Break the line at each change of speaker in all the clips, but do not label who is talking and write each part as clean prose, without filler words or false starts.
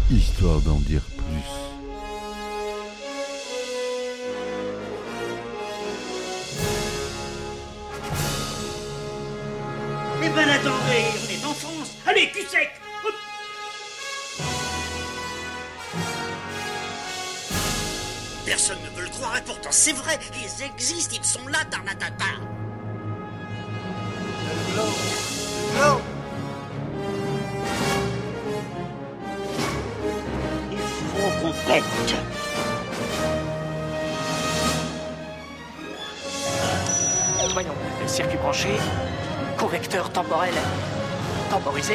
Histoire d'en dire plus.
Eh ben attendez, on est en France. Allez, cul sec. Hop. Personne ne peut le croire et pourtant c'est vrai. Ils existent, ils sont là, Tarnatata.
Non.
Il faut qu'on pète.
Voyons, circuit branché, convecteur temporel temporisé.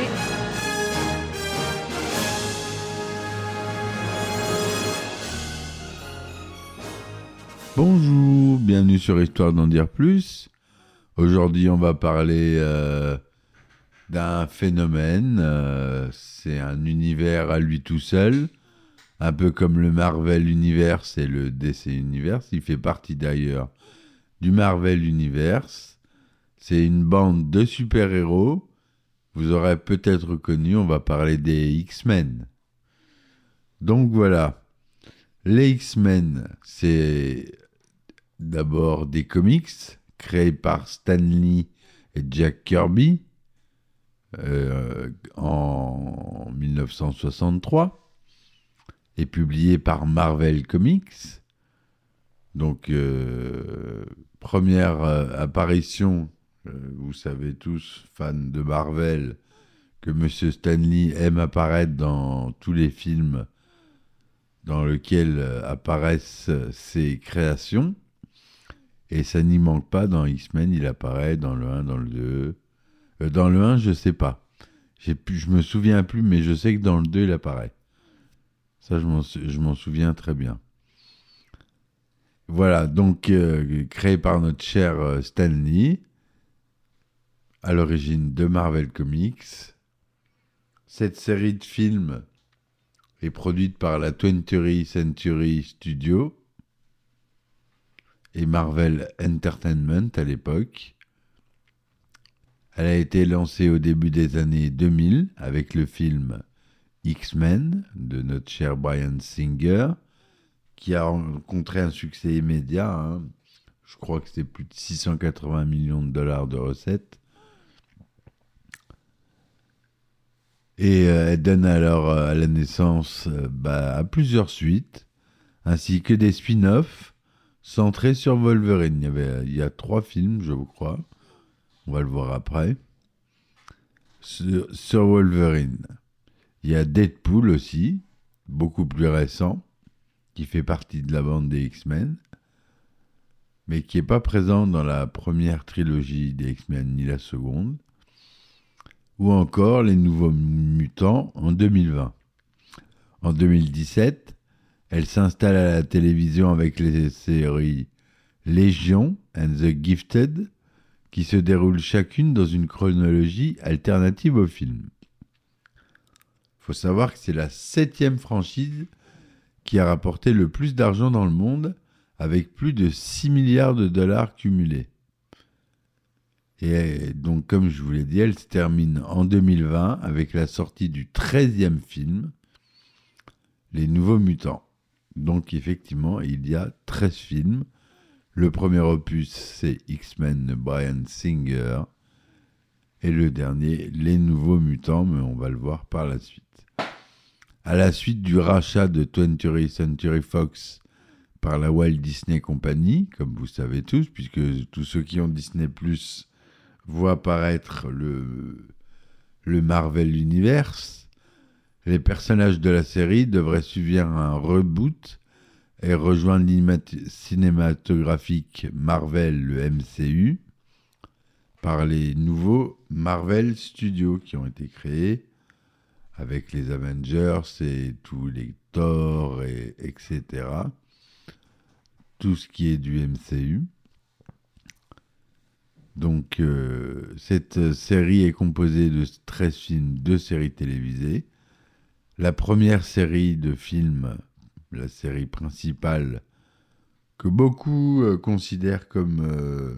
Bonjour, bienvenue sur Histoire d'en dire plus. Aujourd'hui, on va parler d'un phénomène. C'est un univers à lui tout seul, un peu comme le Marvel Universe et le DC Universe. Il fait partie d'ailleurs du Marvel Universe. C'est une bande de super-héros. Vous aurez peut-être reconnu, on va parler des X-Men. Donc voilà, les X-Men, c'est d'abord des comics créés par Stan Lee et Jack Kirby en 1963 et publiés par Marvel Comics. Donc, première apparition, vous savez tous, fans de Marvel, que Monsieur Stan Lee aime apparaître dans tous les films dans lesquels apparaissent ses créations. Et ça n'y manque pas, dans X-Men, il apparaît dans le 1, dans le 2. Dans le 1, je sais pas. Je me souviens plus, mais je sais que dans le 2, il apparaît. Ça, je m'en souviens très bien. Voilà, donc créé par notre cher Stan Lee, à l'origine de Marvel Comics. Cette série de films est produite par la 20th Century Studios et Marvel Entertainment à l'époque. Elle a été lancée au début des années 2000 avec le film X-Men de notre cher Bryan Singer, qui a rencontré un succès immédiat. Je crois que c'était plus de 680 millions de dollars de recettes. Et elle donne alors à la naissance à plusieurs suites, ainsi que des spin-offs centrés sur Wolverine. Il y a 3 films, je crois. On va le voir après. Sur Wolverine. Il y a Deadpool aussi, beaucoup plus récent, qui fait partie de la bande des X-Men, mais qui n'est pas présent dans la première trilogie des X-Men ni la seconde. Ou encore Les Nouveaux Mutants en 2020. En 2017, elle s'installe à la télévision avec les séries Légion and the Gifted, qui se déroulent chacune dans une chronologie alternative au film. Il faut savoir que c'est la 7e franchise qui a rapporté le plus d'argent dans le monde, avec plus de 6 milliards de dollars cumulés. Et donc, comme je vous l'ai dit, elle se termine en 2020 avec la sortie du 13e film, Les Nouveaux Mutants. Donc, effectivement, il y a 13 films. Le premier opus, c'est X-Men de Bryan Singer. Et le dernier, Les Nouveaux Mutants, mais on va le voir par la suite. À la suite du rachat de 20th Century Fox par la Walt Disney Company, comme vous savez tous, puisque tous ceux qui ont Disney+, voient apparaître le Marvel Universe, les personnages de la série devraient subir un reboot et rejoindre l'univers cinématographique Marvel, le MCU, par les nouveaux Marvel Studios qui ont été créés avec les Avengers et tous les Thor, etc. Tout ce qui est du MCU. Donc, cette série est composée de 13 films, 2 séries télévisées. La première série de films, la série principale, que beaucoup considèrent comme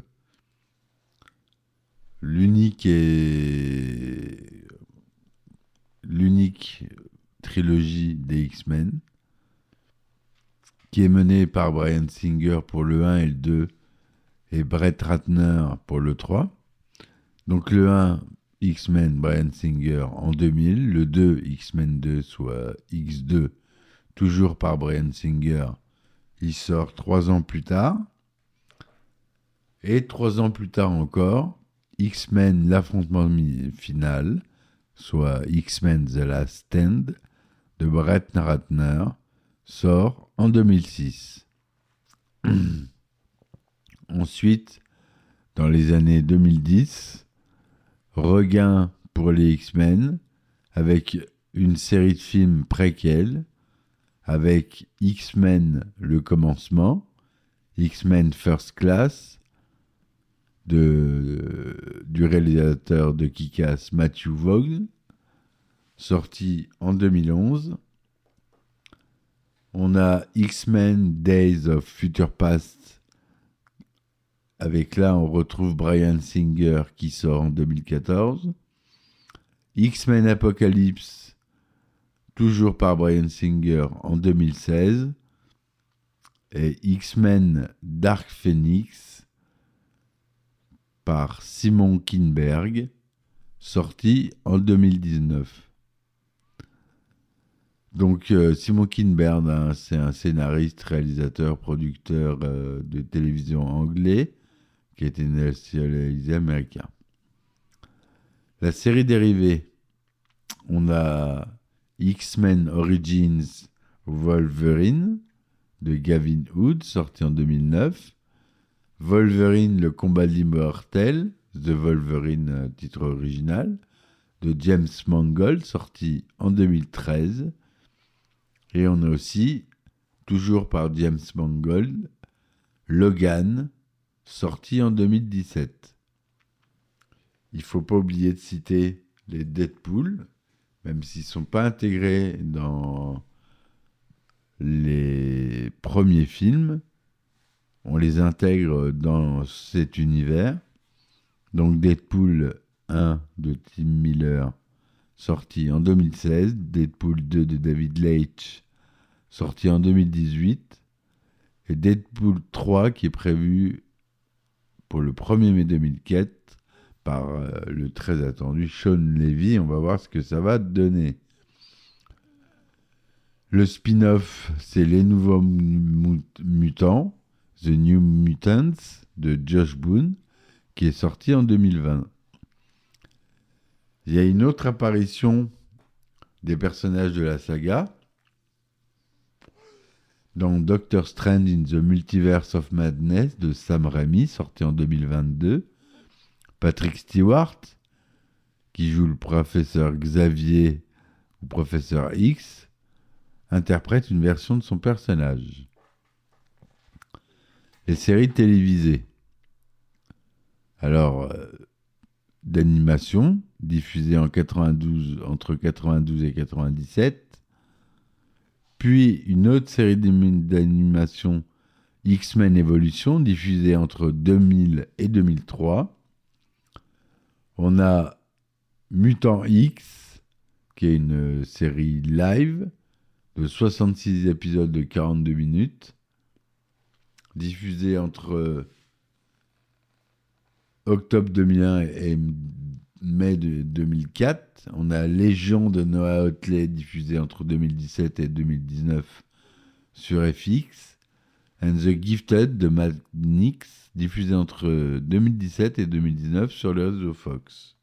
l'unique trilogie des X-Men, qui est menée par Bryan Singer pour le 1 et le 2, et Brett Ratner pour le 3. Donc le 1, X-Men, Bryan Singer en 2000, le 2, X-Men 2, soit X2, toujours par Bryan Singer, il sort 3 ans plus tard. Et 3 ans plus tard encore, X-Men, l'affrontement final, soit X-Men The Last Stand, de Brett Ratner, sort en 2006. Ensuite, dans les années 2010, regain pour les X-Men, avec une série de films préquels, avec X-Men le commencement, X-Men First Class, du réalisateur de Kick-Ass Matthew Vaughn, sorti en 2011. On a X-Men Days of Future Past, avec là on retrouve Bryan Singer qui sort en 2014. X-Men Apocalypse, toujours par Bryan Singer en 2016. Et X-Men Dark Phoenix, par Simon Kinberg, sorti en 2019. Donc Simon Kinberg, c'est un scénariste, réalisateur, producteur de télévision anglais qui a été nationalisé américain. La série dérivée, on a X-Men Origins Wolverine de Gavin Hood, sorti en 2009. Wolverine, le combat de l'immortel, The Wolverine, titre original, de James Mangold, sorti en 2013. Et on a aussi, toujours par James Mangold, Logan, sorti en 2017. Il ne faut pas oublier de citer les Deadpool, même s'ils ne sont pas intégrés dans les premiers films. On les intègre dans cet univers. Donc Deadpool 1 de Tim Miller, sorti en 2016. Deadpool 2 de David Leitch, sorti en 2018. Et Deadpool 3 qui est prévu pour le 1er mai 2004 par le très attendu Sean Levy. On va voir ce que ça va donner. Le spin-off, c'est Les Nouveaux Mutants, The New Mutants, de Josh Boone, qui est sorti en 2020. Il y a une autre apparition des personnages de la saga dans Doctor Strange in the Multiverse of Madness de Sam Raimi, sorti en 2022. Patrick Stewart, qui joue le professeur Xavier ou professeur X, interprète une version de son personnage. Les séries télévisées. Alors, d'animation, diffusée en 92, entre 92 et 97. Puis une autre série d'animation, X-Men Evolution, diffusée entre 2000 et 2003. On a Mutant X, qui est une série live de 66 épisodes de 42 minutes, diffusée entre octobre 2001 et mai 2004. On a Légion de Noah Hawley, diffusée entre 2017 et 2019 sur FX. And the Gifted de Matt Nix, diffusé entre 2017 et 2019 sur le réseau Fox.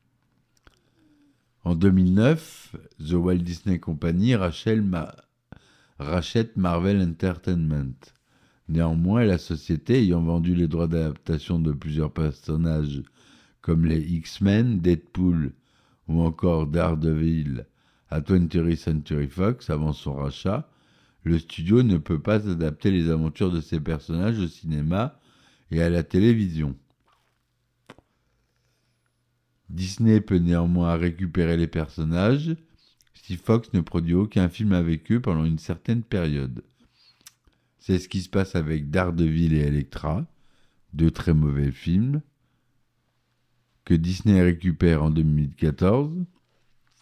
En 2009, The Walt Disney Company rachète Marvel Entertainment. Néanmoins, la société ayant vendu les droits d'adaptation de plusieurs personnages comme les X-Men, Deadpool ou encore Daredevil à 20th Century Fox avant son rachat, le studio ne peut pas adapter les aventures de ces personnages au cinéma et à la télévision. Disney peut néanmoins récupérer les personnages si Fox ne produit aucun film avec eux pendant une certaine période. C'est ce qui se passe avec Daredevil et Elektra, deux très mauvais films, que Disney récupère en 2014.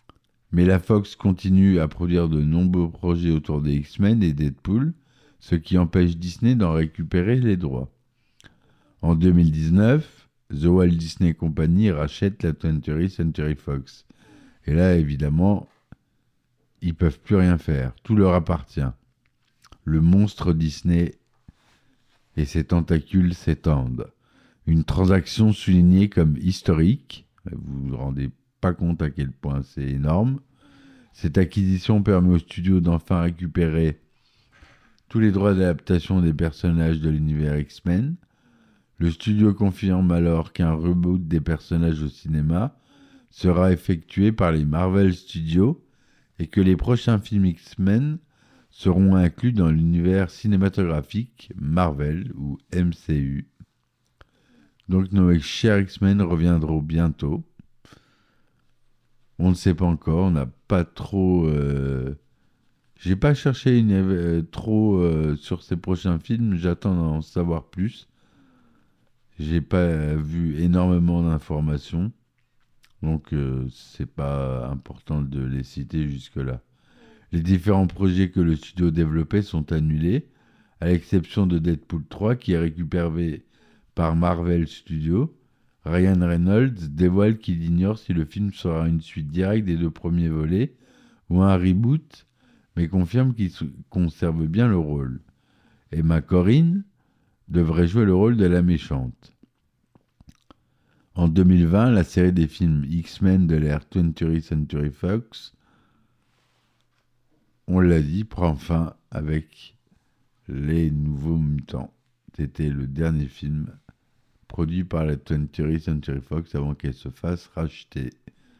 Mais la Fox continue à produire de nombreux projets autour des X-Men et Deadpool, ce qui empêche Disney d'en récupérer les droits. En 2019, The Walt Disney Company rachète la 20th Century Fox. Et là, évidemment, ils peuvent plus rien faire. Tout leur appartient. Le monstre Disney et ses tentacules s'étendent. Une transaction soulignée comme historique. Vous ne vous rendez pas compte à quel point c'est énorme. Cette acquisition permet au studio d'enfin récupérer tous les droits d'adaptation des personnages de l'univers X-Men. Le studio confirme alors qu'un reboot des personnages au cinéma sera effectué par les Marvel Studios et que les prochains films X-Men seront inclus dans l'univers cinématographique Marvel ou MCU. Donc nos chers X-Men reviendront bientôt. On ne sait pas encore, on n'a pas trop... J'ai pas cherché trop sur ces prochains films, j'attends d'en savoir plus. J'ai pas vu énormément d'informations, donc c'est pas important de les citer jusque-là. Les différents projets que le studio développait sont annulés, à l'exception de Deadpool 3 qui est récupéré par Marvel Studios. Ryan Reynolds dévoile qu'il ignore si le film sera une suite directe des 2 premiers volets ou un reboot, mais confirme qu'il conserve bien le rôle. Emma Corrin devrait jouer le rôle de la méchante. En 2020, la série des films X-Men de l'ère 20th Century Fox, on l'a dit, prend fin avec les Nouveaux Mutants. C'était le dernier film produit par la 20th Century Fox avant qu'elle se fasse racheter.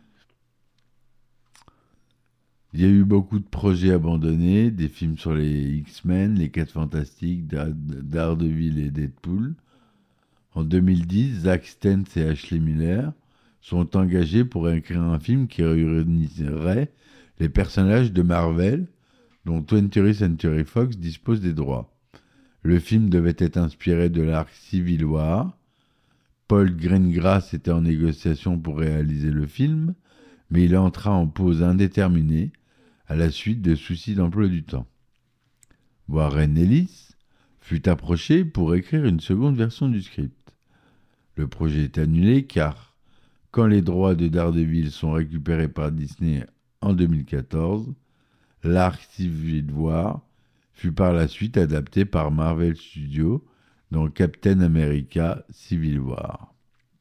Il y a eu beaucoup de projets abandonnés, des films sur les X-Men, les 4 Fantastiques, Daredevil et Deadpool. En 2010, Zack Stentz et Ashley Miller sont engagés pour écrire un film qui réunirait les personnages de Marvel, dont 20th Century Fox dispose des droits. Le film devait être inspiré de l'arc Civil War. Paul Greengrass était en négociation pour réaliser le film, mais il entra en pause indéterminée à la suite de soucis d'emploi du temps. Warren Ellis fut approché pour écrire une seconde version du script. Le projet est annulé car, quand les droits de Daredevil sont récupérés par Disney en 2014, l'arc Civil War fut par la suite adapté par Marvel Studios dans Captain America Civil War.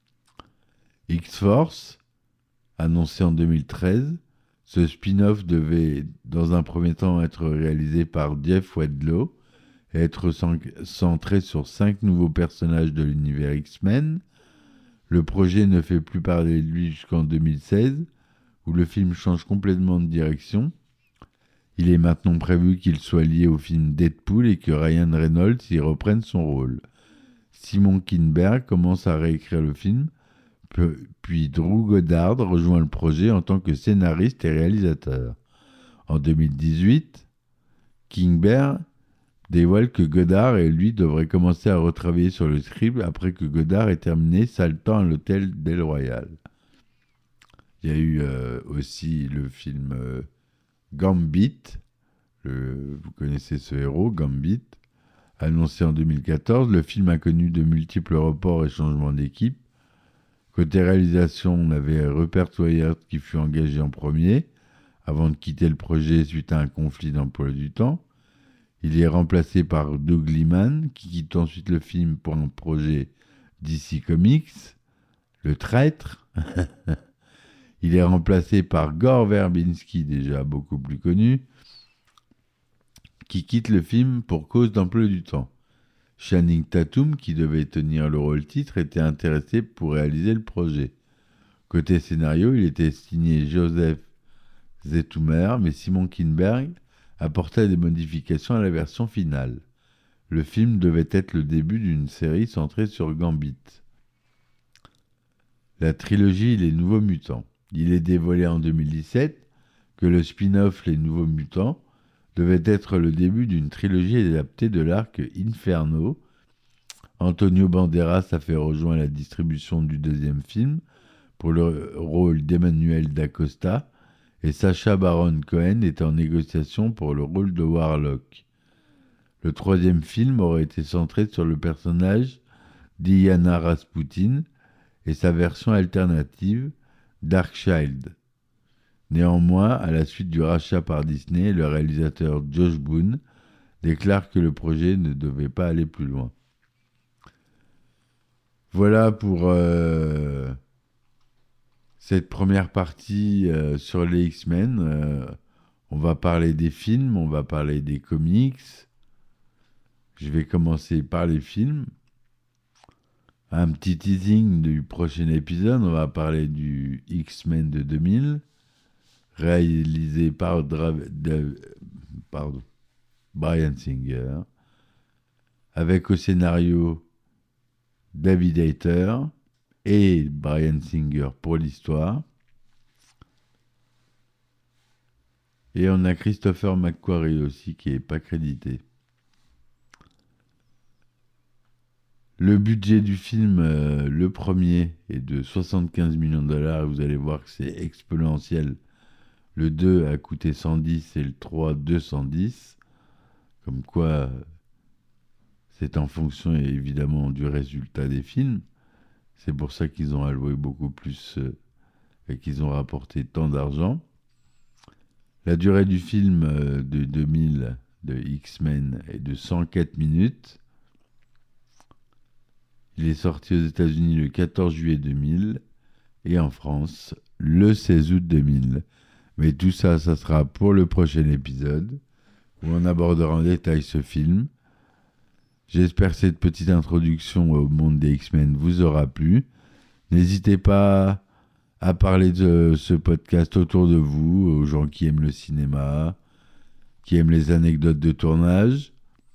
X-Force, annoncé en 2013, ce spin-off devait dans un premier temps être réalisé par Jeff Wadlow et être centré sur 5 nouveaux personnages de l'univers X-Men. Le projet ne fait plus parler de lui jusqu'en 2016, où le film change complètement de direction. Il est maintenant prévu qu'il soit lié au film Deadpool et que Ryan Reynolds y reprenne son rôle. Simon Kinberg commence à réécrire le film, puis Drew Goddard rejoint le projet en tant que scénariste et réalisateur. En 2018, Kinberg dévoile que Goddard et lui devraient commencer à retravailler sur le script après que Goddard ait terminé Saltant à l'hôtel Del Royal. Il y a eu aussi le film Gambit, vous connaissez ce héros, Gambit, annoncé en 2014. Le film a connu de multiples reports et changements d'équipe. Côté réalisation, on avait Rupert Wyatt qui fut engagé en premier, avant de quitter le projet suite à un conflit d'emploi du temps. Il est remplacé par Doug Liman, qui quitte ensuite le film pour un projet DC Comics, Le Traître. Il est remplacé par Gore Verbinski, déjà beaucoup plus connu, qui quitte le film pour cause d'emploi du temps. Channing Tatum, qui devait tenir le rôle titre, était intéressé pour réaliser le projet. Côté scénario, il était signé Joseph Zetumer, mais Simon Kinberg apportait des modifications à la version finale. Le film devait être le début d'une série centrée sur Gambit. La trilogie Les Nouveaux Mutants. Il est dévoilé en 2017 que le spin-off Les Nouveaux Mutants devait être le début d'une trilogie adaptée de l'arc Inferno. Antonio Banderas a fait rejoindre la distribution du deuxième film pour le rôle d'Emmanuel D'Acosta et Sacha Baron Cohen est en négociation pour le rôle de Warlock. Le troisième film aurait été centré sur le personnage d'Iana Rasputin et sa version alternative, Darkchild. Néanmoins, à la suite du rachat par Disney, le réalisateur Josh Boone déclare que le projet ne devait pas aller plus loin. Voilà pour cette première partie sur les X-Men. On va parler des films, on va parler des comics. Je vais commencer par les films. Un petit teasing du prochain épisode, on va parler du X-Men de 2000, réalisé par Bryan Singer, avec au scénario David Hayter et Bryan Singer pour l'histoire. Et on a Christopher McQuarrie aussi qui n'est pas crédité. Le budget du film, le premier, est de 75 millions de dollars. Vous allez voir que c'est exponentiel. Le 2 a coûté 110 et le 3, 210. Comme quoi, c'est en fonction évidemment du résultat des films. C'est pour ça qu'ils ont alloué beaucoup plus et qu'ils ont rapporté tant d'argent. La durée du film de 2000 de X-Men est de 104 minutes. Il est sorti aux États-Unis le 14 juillet 2000 et en France le 16 août 2000. Mais tout ça, ça sera pour le prochain épisode où on abordera en détail ce film. J'espère que cette petite introduction au monde des X-Men vous aura plu. N'hésitez pas à parler de ce podcast autour de vous, aux gens qui aiment le cinéma, qui aiment les anecdotes de tournage.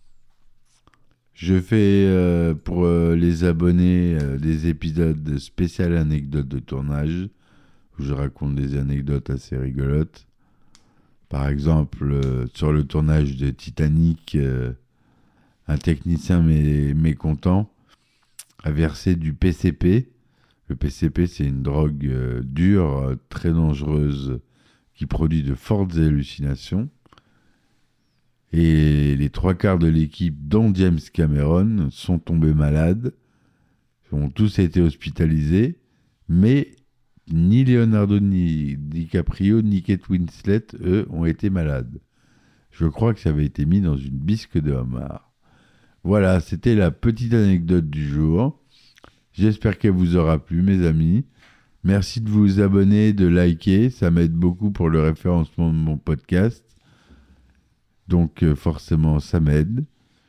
Je fais pour les abonnés des épisodes spéciaux anecdotes de tournage où je raconte des anecdotes assez rigolotes. Par exemple, sur le tournage de Titanic, un technicien mécontent a versé du PCP. Le PCP, c'est une drogue dure, très dangereuse, qui produit de fortes hallucinations. Et les 3/4 de l'équipe, dont James Cameron, sont tombés malades, ont tous été hospitalisés, mais ni Leonardo ni DiCaprio ni Kate Winslet, eux, ont été malades. Je crois que ça avait été mis dans une bisque de homard. Voilà, c'était la petite anecdote du jour. J'espère qu'elle vous aura plu, mes amis. Merci de vous abonner, de liker, ça m'aide beaucoup pour le référencement de mon podcast. Donc forcément, ça m'aide.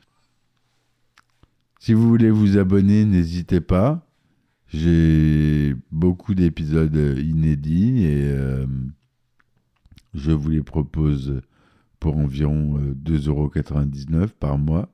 Si vous voulez vous abonner, n'hésitez pas. J'ai beaucoup d'épisodes inédits et je vous les propose pour environ 2,99 € par mois.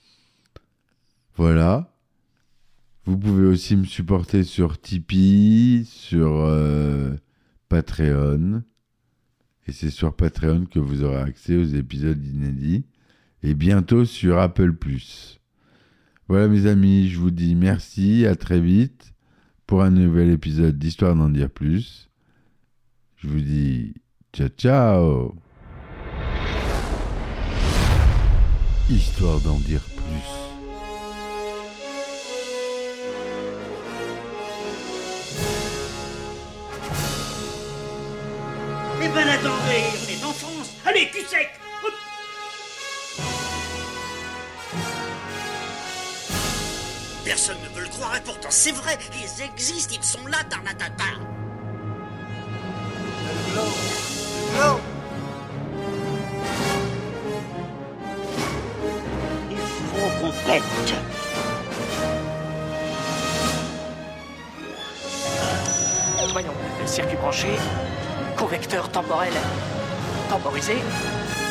Voilà. Vous pouvez aussi me supporter sur Tipeee, sur Patreon. Et c'est sur Patreon que vous aurez accès aux épisodes inédits. Et bientôt sur Apple+. Voilà mes amis, je vous dis merci, à très vite pour un nouvel épisode d'Histoire d'en dire plus. Je vous dis ciao ciao. Histoire d'en dire plus.
Eh ben attendez, on est en France. Allez, cul sec. Hop. Personne ne veut le croire et pourtant c'est vrai. Ils existent, ils sont là, Tarnatata.
Non.
Il faut qu'on pète.
Voyons, circuit branché, convecteur temporel temporisé.